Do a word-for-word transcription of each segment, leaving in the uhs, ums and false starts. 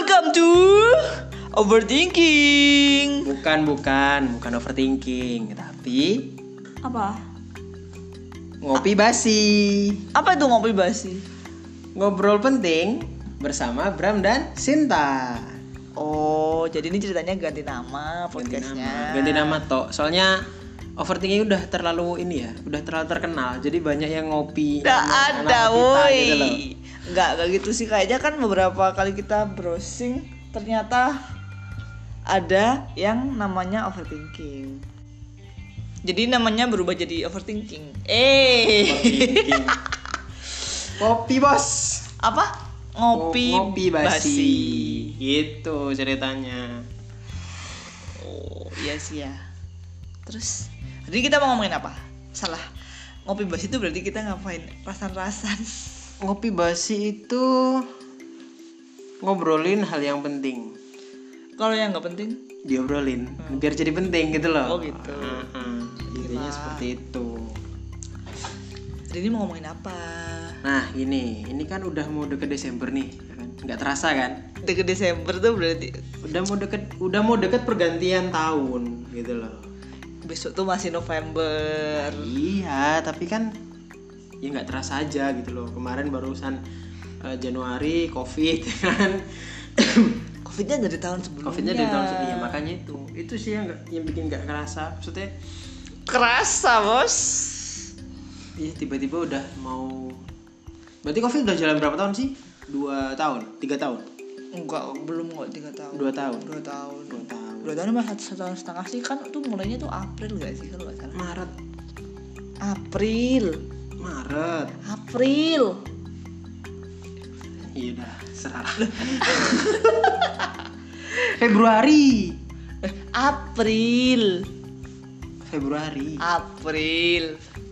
Welcome to Overthinking. Bukan, bukan, bukan overthinking, tapi Apa? ngopi basi. Apa itu ngopi basi? Ngobrol penting bersama Bram dan Sinta. Oh, jadi ini ceritanya ganti nama podcastnya. Ganti nama toh. Soalnya overthinking udah terlalu ini ya, udah terlalu terkenal. Jadi banyak yang ngopi. Nggak anak- ada, anak kita woi. gitu loh. Nggak, nggak gitu sih. Kayaknya kan beberapa kali kita browsing ternyata ada yang namanya overthinking. Jadi namanya berubah jadi overthinking. Eh, Overthinking. Kopi bos. apa? Ngopi, Ngopi basi. Gitu ceritanya. Oh, iya sih ya. Terus, jadi kita mau ngomongin apa? Salah. Ngopi basi itu berarti kita ngapain? Rasan-rasan. Ngopi basi itu ngobrolin hal yang penting. Kalau yang nggak penting, Diobrolin biar jadi penting gitu loh. Oh, gitu. Heeh. Intinya Gila. seperti itu. jadi ini mau ngomongin apa? Nah ini, ini kan udah mau deket Desember nih, ya kan? Nggak terasa kan? Deket Desember tuh berarti Udah mau deket, udah mau deket pergantian tahun gitu loh. besok tuh masih November. Iya, tapi kan ya nggak terasa aja gitu loh. Kemarin barusan uh, Januari COVID kan. Covidnya dari tahun sebelumnya. Covidnya dari tahun sebelumnya, makanya itu, itu sih yang, nggak- yang bikin nggak kerasa. Maksudnya, Kerasa bos. iya tiba-tiba udah mau. Berarti Covid udah jalan berapa tahun sih? Dua tahun, tiga tahun, Enggak, belum kok tiga tahun. dua tahun, Dua tahun. dua tahun. Dua tahun mah satu, satu tahun setengah sih kan tuh mulainya tuh April gak sih kalau nggak salah. Maret, April. Maret. April. Iya dah, serah. Februari, Eh, April. Februari. April.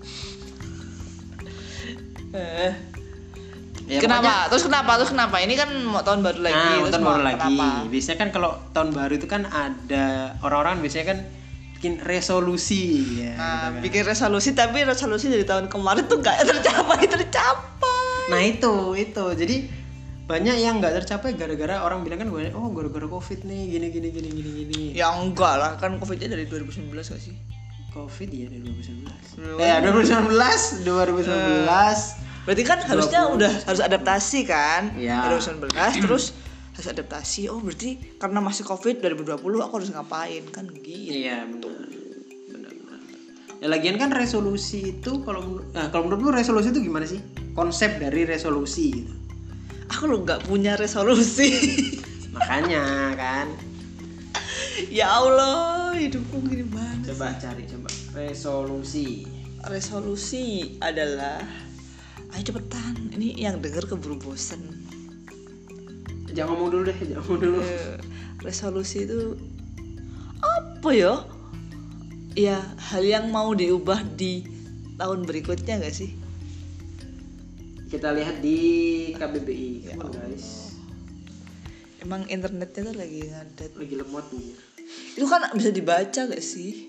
Eh, Ya, kenapa? Terus kenapa? Terus kenapa? Ini kan mau tahun baru lagi. Nah, terus tahun mau baru lagi. kenapa? Biasanya kan kalau tahun baru itu kan ada orang-orang biasanya kan bikin resolusi ya. Nah, gitu kan. bikin resolusi tapi resolusi dari tahun kemarin tuh gak tercapai tercapai. Nah itu itu jadi banyak yang nggak tercapai gara-gara orang bilang kan banyak, oh gara-gara covid nih gini gini gini gini gini. Ya enggak lah, kan Covidnya dari dua ribu sembilan belas gak sih? Covid ya dari dua ribu sembilan belas. Dua- Eh dua ribu sembilan belas dua ribu sembilan belas. Berarti kan harusnya udah harus adaptasi kan? Ya. dua ribu sembilan belas terus harus adaptasi. Oh, berarti karena masih Covid dua ribu dua puluh aku harus ngapain kan gitu. Iya benar. Benar benar. Ya lagian kan resolusi itu kalau menur- nah, kalau menurut lu resolusi itu gimana sih? Konsep dari resolusi gitu. Aku lo nggak punya resolusi. Makanya kan. Ya Allah, hidupku gini banget. Coba cari coba resolusi. Resolusi adalah, ayo cepetan, ini yang denger keburu bosen. Jangan ngomong dulu deh, jangan ngomong dulu. Eh, resolusi itu apa ya? Ya hal yang mau diubah di tahun berikutnya gak sih? Kita lihat di K B B I Ya kan, Allah. guys. Emang internetnya tuh lagi ngadet. Lagi lemot nih. Itu kan bisa dibaca gak sih?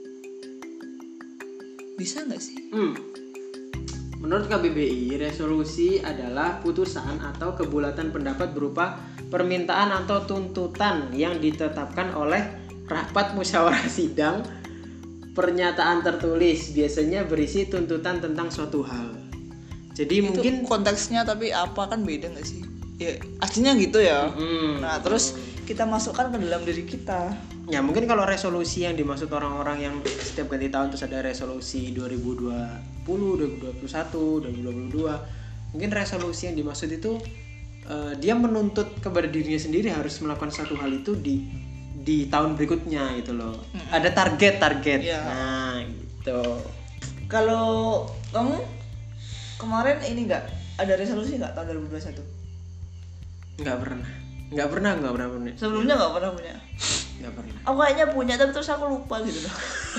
Bisa gak sih? Hmm. Menurut K B B I, resolusi adalah putusan atau kebulatan pendapat berupa permintaan atau tuntutan yang ditetapkan oleh rapat musyawarah sidang. Pernyataan tertulis biasanya berisi tuntutan tentang suatu hal. Jadi Itu mungkin konteksnya tapi apa kan beda gak sih? Ya aslinya gitu ya. Hmm. Nah terus kita masukkan ke dalam diri kita. Ya mungkin kalau resolusi yang dimaksud orang-orang yang setiap ganti tahun terus ada resolusi dua ribu dua puluh, dua ribu dua puluh satu, dua ribu dua puluh dua. Mungkin resolusi yang dimaksud itu uh, dia menuntut kepada dirinya sendiri harus melakukan satu hal itu di di tahun berikutnya gitu loh. Hmm. Ada target-target. Ya. Nah, gitu. Kalau kamu kemarin ini nggak ada resolusi nggak tahun dua ribu dua puluh satu? Nggak pernah. Nggak pernah, nggak pernah punya. Sebelumnya nggak pernah punya. Nggak pernah. Aku kayaknya punya tapi terus aku lupa gitu loh.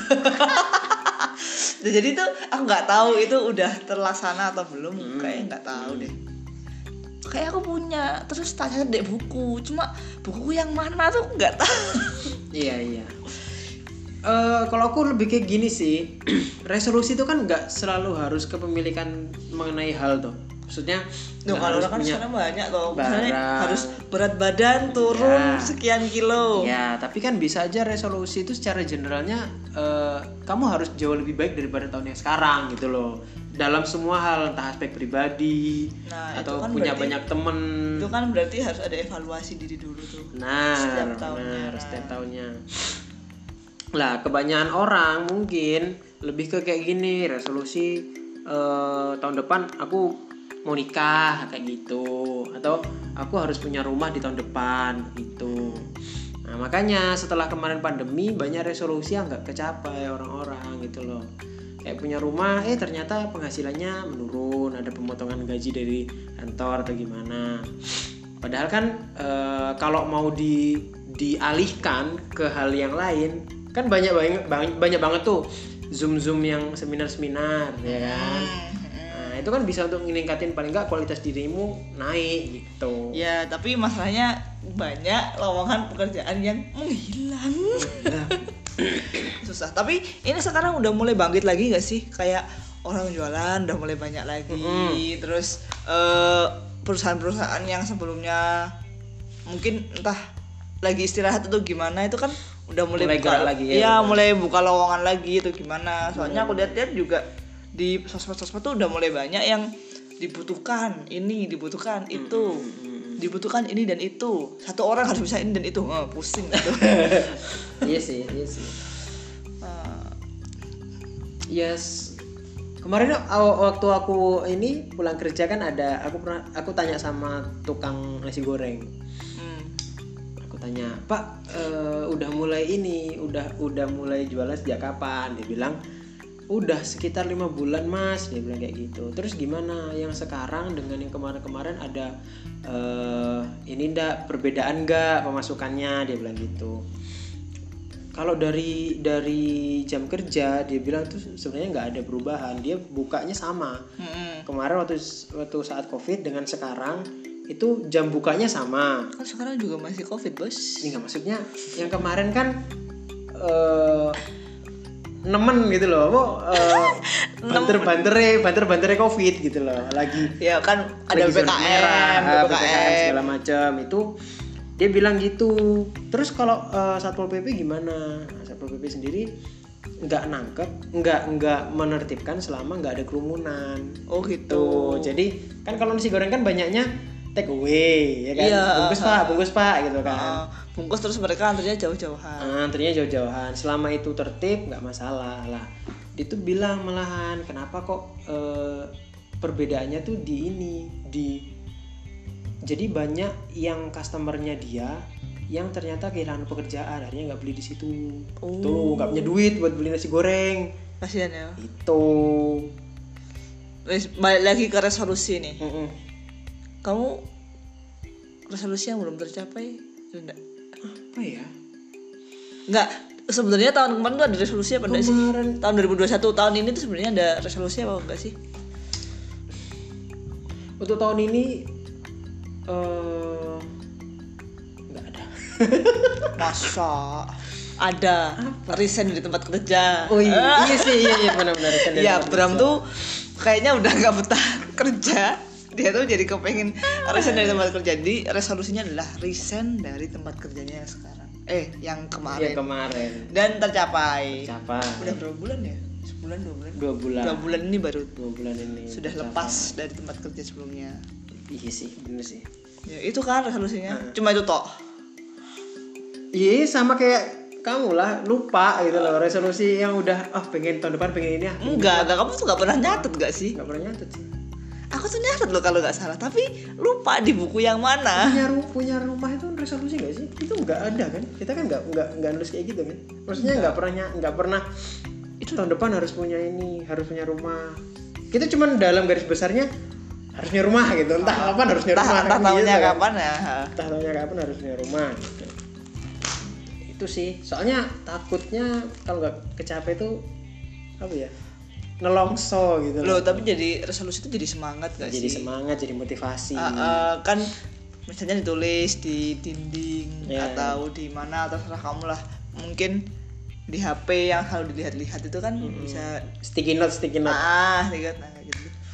Jadi tuh aku nggak tahu itu udah terlaksana atau belum. Hmm. Kayaknya nggak tahu deh. Kayak aku punya terus tanya dek buku, cuma buku yang mana tuh nggak tahu. Iya iya. Uh, kalau aku lebih kayak gini sih, resolusi itu kan nggak selalu harus kepemilikan mengenai hal tuh. Maksudnya Duh, nggak kalau harus orang kan punya sekarang banyak loh. barang. Misalnya harus berat badan turun Ya. sekian kilo. Ya, tapi kan bisa aja resolusi itu secara generalnya eh, kamu harus jauh lebih baik daripada tahun yang sekarang gitu loh. Dalam semua hal, entah aspek pribadi Nah, itu atau kan punya berarti- banyak temen. Itu kan berarti harus ada evaluasi diri dulu tuh. Nah, setiap tahunnya. benar, setiap tahunnya. Lah, kebanyakan orang mungkin lebih ke kayak gini, resolusi eh, tahun depan aku mau nikah kayak gitu, atau aku harus punya rumah di tahun depan gitu. Nah, makanya setelah kemarin pandemi banyak resolusi yang nggak kecapai orang-orang gitu loh. Kayak punya rumah, eh ternyata penghasilannya menurun, ada pemotongan gaji dari kantor atau gimana. Padahal kan eh, kalau mau di dialihkan ke hal yang lain, kan banyak banget banyak banget tuh zoom-zoom yang seminar-seminar ya kan. Nah, itu kan bisa untuk meningkatin paling nggak kualitas dirimu naik gitu. Ya, tapi masalahnya banyak lowongan pekerjaan yang menghilang. Susah. Tapi ini sekarang udah mulai bangkit lagi gak sih? Kayak orang jualan udah mulai banyak lagi. Mm-hmm. Terus eh, perusahaan-perusahaan yang sebelumnya mungkin entah lagi istirahat atau gimana itu kan udah mulai, Mulai buka gerak lagi ya, Iya, benar. mulai buka lowongan lagi itu gimana. Soalnya aku lihat-lihat juga di sosmed-sosmed tuh udah mulai banyak yang dibutuhkan ini, dibutuhkan itu. Dibutuhkan ini dan itu. Satu orang harus bisa ini dan itu. Oh, pusing gitu. Iya sih, iya sih. Uh, Yes. Kemarin aw- waktu aku ini pulang kerja kan ada aku pernah aku tanya sama tukang nasi goreng. hmm. Aku tanya, "Pak, eh, udah mulai ini, udah udah mulai jualan sejak kapan?" Dia bilang, "Udah sekitar lima bulan, Mas." Dia bilang kayak gitu. Terus gimana yang sekarang dengan yang kemarin-kemarin ada eh, ini ndak perbedaan nggak pemasukannya? Dia bilang gitu. Kalau dari dari jam kerja dia bilang tuh sebenarnya nggak ada perubahan, dia bukanya sama. Hmm. Kemarin waktu waktu saat covid dengan sekarang itu jam bukanya sama. Kan sekarang juga masih covid, bos. Ini nggak, maksudnya yang kemarin kan eh nemen gitu loh, mau eh, banter-bantere banter-bantere covid gitu loh, lagi Ya kan ada lagi zona P P K M, merah, P P K P P K M M. segala macam itu. Dia bilang gitu. Terus kalau uh, Satpol P P gimana? Nah, Satpol P P sendiri nggak nangkep, nggak nggak menertibkan selama nggak ada kerumunan. Oh gitu. Tuh, jadi kan kalau nasi goreng kan banyaknya take away, ya kan? Iya. Bungkus pak, bungkus pak, gitu kan. Uh, bungkus terus mereka antrinya jauh-jauhan. Nah, antrinya jauh-jauhan. Selama itu tertib nggak masalah lah. Dia tuh bilang malahan kenapa kok uh, perbedaannya tuh di ini di jadi banyak yang customernya dia yang ternyata kehilangan pekerjaan, akhirnya nggak beli di situ. Oh. Tuh nggak punya duit buat beli nasi goreng. Kasihan ya. Itu. Wes, balik lagi ke resolusi nih. Mm-mm. Kamu resolusi yang belum tercapai enggak? Apa ya? Enggak. Sebenarnya tahun kemarin tuh ada resolusi apa enggak sih? Kemarin. Tahun dua ribu dua puluh satu tahun ini tuh sebenarnya ada resolusi apa enggak sih? Untuk tahun ini eh nggak ada. Masa ada resign dari tempat kerja. Oh iya, iya sih, iya, iya benar-benar. Iya, Bram tuh kayaknya udah gak betah kerja. Dia tuh jadi kepengen resign dari tempat kerja. Jadi resolusinya adalah resign dari tempat kerjanya yang sekarang. Eh, yang kemarin. Iya kemarin. Dan tercapai. Capai. Udah berapa bulan ya? Sebulan, dua bulan? Dua bulan. Dua bulan ini baru Dua bulan ini. sudah tercapai. lepas dari tempat kerja sebelumnya. Iya sih, bener sih. Ya, itu kan resolusinya. Hmm. Cuma itu toh. Iya, sama kayak kamu lah, lupa gitu loh resolusi yang udah oh pengen tahun depan pengen ini ya. Enggak, enggak, kamu tuh gak pernah nyatet gak sih? Nggak pernah nyatet sih. Aku tuh nyatet loh kalau gak salah, tapi lupa di buku yang mana. Punya, ru- punya rumah itu resolusi nggak sih? Itu nggak ada kan? Kita kan nggak nggak nggak nulis kayak gitu kan? Maksudnya nggak pernah ny- nggak pernah itu tahun depan harus punya ini, harus punya rumah. Kita cuman dalam garis besarnya harus punya rumah gitu. Entah kapan harus punya Entah, rumah. entah kan tahunnya gitu kan. kapan ya. Entah tahunnya kapan harus punya rumah. Gitu. Itu sih. Soalnya takutnya kalau nggak kecapai itu apa ya? Nelongso gitu Loh, tapi jadi resolusi itu jadi semangat gak jadi sih? semangat, jadi motivasi. Uh, uh, kan misalnya ditulis di dinding Yeah. atau di mana, terserah kamu lah. Mungkin di H P yang selalu dilihat-lihat itu kan Mm-mm. bisa Sticky note, sticky note. ah, lihat nah kayak gitu.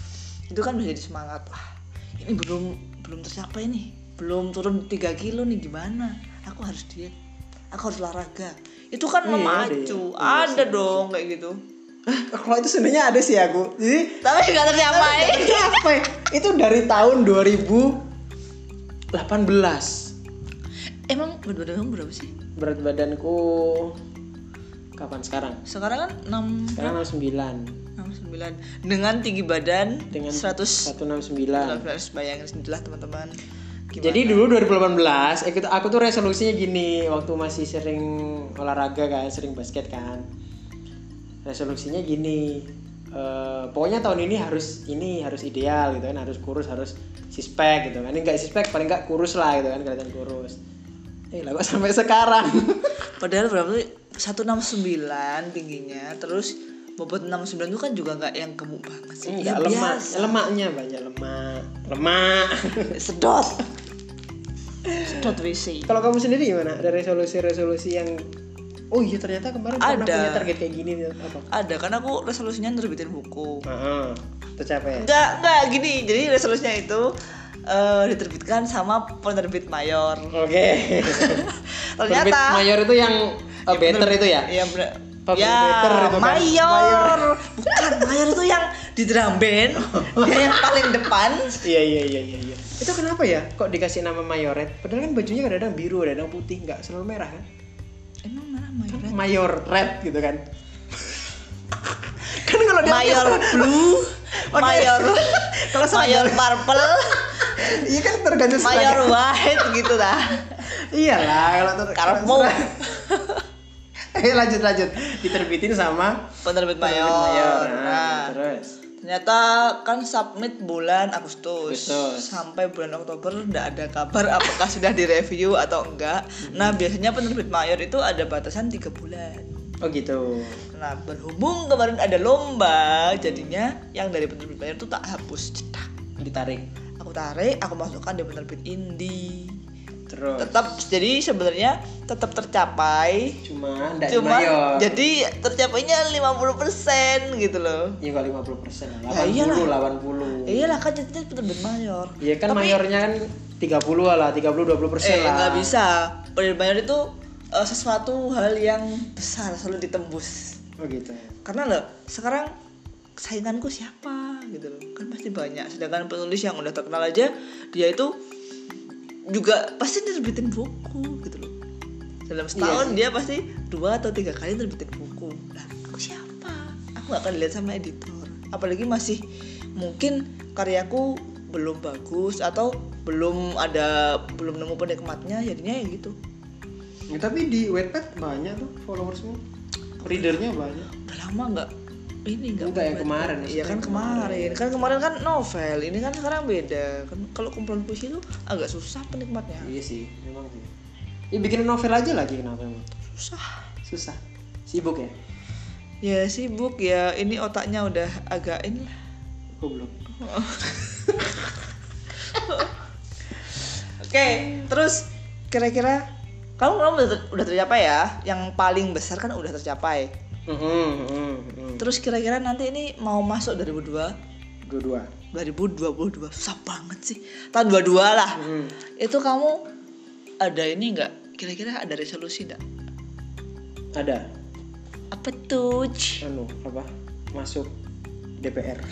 Itu kan bisa jadi semangat. Wah, ini belum belum tercapai nih. Belum turun tiga kilo nih, gimana? Aku harus diet. Aku harus olahraga. Itu kan Iya, memacu. ada ya. Iya, Ada sih, dong kayak gitu. Kalau itu sebenarnya ada sih aku. Jadi Tapi nggak tercapai. apa? Itu dari tahun dua ribu delapan belas. Emang berat badan kamu berapa sih? Berat badanku kapan sekarang? Sekarang kan enam Sekarang enam puluh sembilan. enam puluh sembilan dengan tinggi badan Dengan seratus seratus enam puluh sembilan. bayangin sendirilah teman-teman. Gimana? Jadi dulu dua ribu delapan belas aku, aku tuh resolusinya gini, waktu masih sering olahraga kan, sering basket kan. Resolusinya gini, uh, pokoknya tahun ini harus ini harus ideal gitu kan, harus kurus, harus six pack gitu kan. Ini enggak six pack, paling enggak kurus lah gitu kan, kelihatan kurus. Eh lah kok sampai sekarang. Padahal berapa tuh? seratus enam puluh sembilan tingginya, terus bobot enam puluh sembilan itu kan juga nggak yang gemuk banget sih. Enggak, Ya, lemak, biasa. lemaknya banyak lemak. Lemak. Sedot. Sedot W C. Kalau kamu sendiri gimana? Ada resolusi-resolusi yang oh iya ternyata kemarin pernah Ada. punya target kayak gini apa? Ada kan aku resolusinya nerbitin buku. Heeh. Tercapai. Enggak, enggak gini. Jadi resolusinya itu eh, diterbitkan sama penerbit mayor. Oke. Ternyata Penerbit mayor itu yang uh, better itu ya? Iya bener. Public Ya, better itu kan? mayor. Mayor. Bukan mayor itu yang di drum band, dia yang paling depan. Iya iya iya iya iya. Itu kenapa ya? Kok dikasih nama mayoret? Padahal kan bajunya kadang-kadang biru, kadang putih, nggak selalu merah kan? Emang mana mayor? Kan mayor red gitu kan? Kan kalau dia Mayor blue, Oke. mayor Kalau mayor seragam- purple, iya kan tergantung mayor seragam. white gitu dah. Iyalah kalau ter- Karmo. kalau seragam- Eh lanjut lanjut diterbitin sama Penerbit penerbit mayor. Nah, Nah, terus ternyata kan submit bulan Agustus. Agustus. Sampai bulan Oktober enggak ada kabar apakah sudah direview atau enggak. Nah, biasanya penerbit mayor itu ada batasan tiga bulan. oh gitu. Nah, berhubung kemarin ada lomba, jadinya yang dari penerbit mayor itu tak hapus, cetak. Ditarik. Aku tarik, aku masukkan di penerbit indie. Terus Tetap jadi sebenarnya tetap tercapai. cuma enggak Cuma mayor. jadi tercapainya lima puluh persen gitu loh. Ya enggak lima puluh persen, Ya delapan puluh, iyalah. delapan puluh. Iyalah kan jadinya penerbit mayor. Iya kan Tapi- mayornya kan tiga puluh lah, tiga puluh dua puluh persen Eh lah. nggak bisa. Penerbit mayor itu eh, sesuatu hal yang besar selalu ditembus. Oh gitu. Karena loh sekarang sainganku siapa gitu loh, kan pasti banyak. Sedangkan penulis yang udah terkenal aja dia itu juga pasti nerbitin buku gitu loh. Dalam setahun Iya sih. dia pasti dua atau tiga kali nerbitin buku. Nah aku siapa? Aku gak akan dilihat sama editor. Apalagi masih mungkin karyaku belum bagus atau belum ada belum nemu penikmatnya, jadinya ya gitu. Ya, tapi di Wattpad banyak tuh followersmu, readernya banyak. Udah lama nggak ini nggak Enggak, yang buat- kemarin, iya maksudnya kan yang kemarin kan kemarin kan novel, ini kan sekarang beda kan. Kalau kumpulan puisi itu agak susah penikmatnya, Iya sih, memang sih. Ya bikin novel aja lagi kenapa emang? susah Susah. Sibuk ya? ya, sibuk ya, ini otaknya udah agak ini lah. Goblok. Oke, terus kira-kira kamu kamu udah, ter- udah tercapai ya, yang paling besar kan udah tercapai. Heeh, heeh, heeh. Terus kira-kira nanti ini mau masuk dua ribu dua Dua-dua. dua ribu dua puluh dua susah banget sih, tahun dua puluh dua lah. Heeh. Itu kamu ada ini nggak? Kira-kira ada resolusi nggak? Ada Apa tuh? anu apa? Masuk D P R.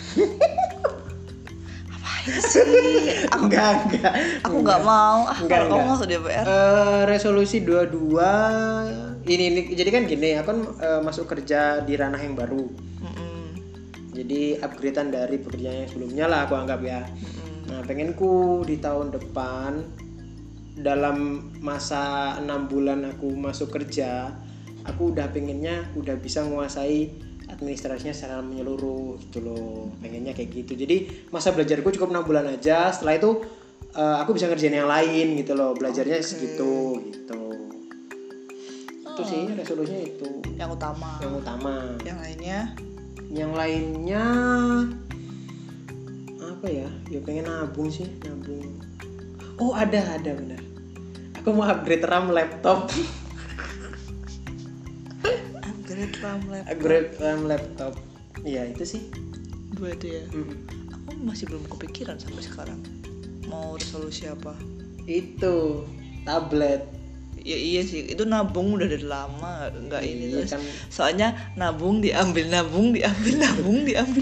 Apain sih? Aku enggak, enggak. aku nggak mau. Ah, Enggak, kalau kamu enggak. masuk D P R. Eh, resolusi dua puluh dua ini, ini jadi kan gini, aku kan eh, masuk kerja di ranah yang baru. Mm-mm. Jadi upgradean dari pekerjaan yang sebelumnya lah aku anggap ya. Mm-mm. Nah, pengenku di tahun depan dalam masa enam bulan aku masuk kerja, aku udah pengennya udah bisa menguasai administrasinya secara menyeluruh gitu loh. Pengennya kayak gitu. Jadi masa belajarku cukup enam bulan aja. Setelah itu eh, aku bisa ngerjain yang lain gitu loh. Belajarnya Oke. segitu gitu. Itu sih resolusinya itu Yang utama. yang utama. Yang lainnya Yang lainnya apa ya? Ya pengen nabung sih, nabung. Oh ada ada benar. Aku mau upgrade RAM laptop. upgrade RAM laptop. Upgrade RAM laptop. Iya itu sih. Dua itu ya. Mm. Aku masih belum kepikiran sampai sekarang mau resolusi apa. Itu tablet. Ya iya sih, itu nabung udah dari lama nggak ini Iya terus. kan. Soalnya nabung diambil, nabung diambil, nabung diambil.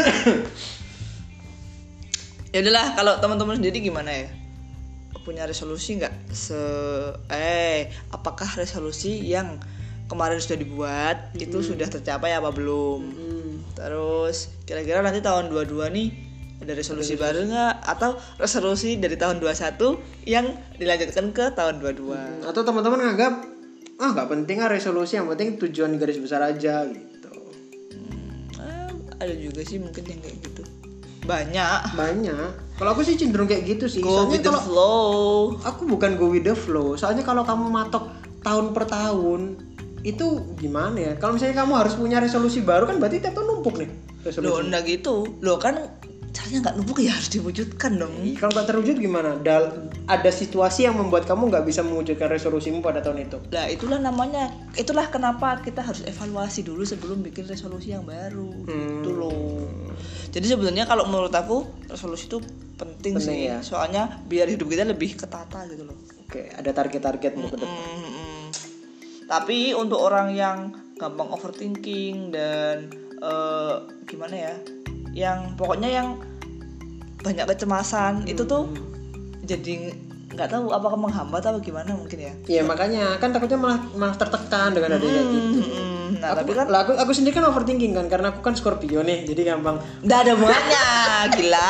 Ya udahlah, kalau teman-teman sendiri gimana ya? Punya resolusi nggak? Se eh apakah resolusi yang kemarin sudah dibuat hmm. itu sudah tercapai apa belum? Hmm. Terus kira-kira nanti tahun dua puluh dua nih ada resolusi, resolusi baru nggak? Atau resolusi dari tahun dua puluh satu yang dilanjutkan ke tahun dua puluh dua? Hmm. Atau teman-teman nganggap ah nggak penting ah resolusi, yang penting tujuan garis besar aja gitu. Hmm, eh, ada juga sih mungkin yang kayak gitu. Banyak. Banyak. Kalau aku sih cenderung kayak gitu sih. Go Soalnya with the kalau flow. Aku bukan go with the flow. Soalnya kalau kamu matok tahun per tahun itu gimana ya? Kalau misalnya kamu harus punya resolusi baru kan berarti tiap tahun numpuk nih resolusi. Loh enggak gitu. Loh kan caranya nggak numpuk ya harus diwujudkan dong. E, kalau nggak terwujud gimana? Dal- ada situasi yang membuat kamu nggak bisa mewujudkan resolusimu pada tahun itu. Lah itulah namanya. Itulah kenapa kita harus evaluasi dulu sebelum bikin resolusi yang baru. Hmm. Itu loh. Jadi sebenarnya kalau menurut aku resolusi itu penting, penting sih. Ya? Soalnya biar hidup kita lebih ketata gitu loh. Oke, ada target-targetmu ke depan. Mm-hmm. Tapi untuk orang yang gampang overthinking dan uh, gimana ya, yang pokoknya yang banyak kecemasan hmm. itu tuh jadi nggak tahu apakah menghambat atau gimana mungkin ya. Iya makanya kan takutnya malah malah tertekan dengan adanya hmm. gitu. Nah aku, tapi kan aku aku sendiri kan overthinking kan karena aku kan Scorpio nih jadi gampang. Nggak ada hubungannya gila.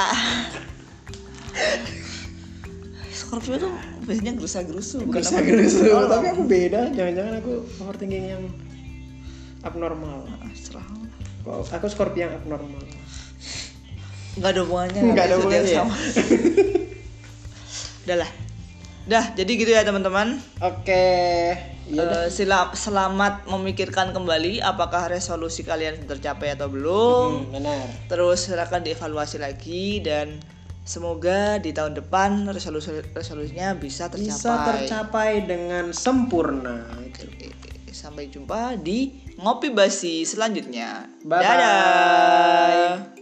Scorpio tuh biasanya gerusa-gerusu bukan gerusa-gerusu. Oh, tapi aku beda, jangan-jangan aku overthinking yang abnormal. Ah, serah. Kok aku Scorpio yang abnormal. Nggak ada hubungannya. Nggak ada hubungannya. Ya? Udahlah. Dah, jadi gitu ya teman-teman. Oke. Ya uh, sila, selamat memikirkan kembali apakah resolusi kalian tercapai atau belum. Hmm, benar. Terus silakan dievaluasi lagi dan semoga di tahun depan resolusi resolusinya bisa tercapai. Bisa tercapai dengan sempurna. Oke, sampai jumpa di Ngopi Basi selanjutnya. Bye. Dadah.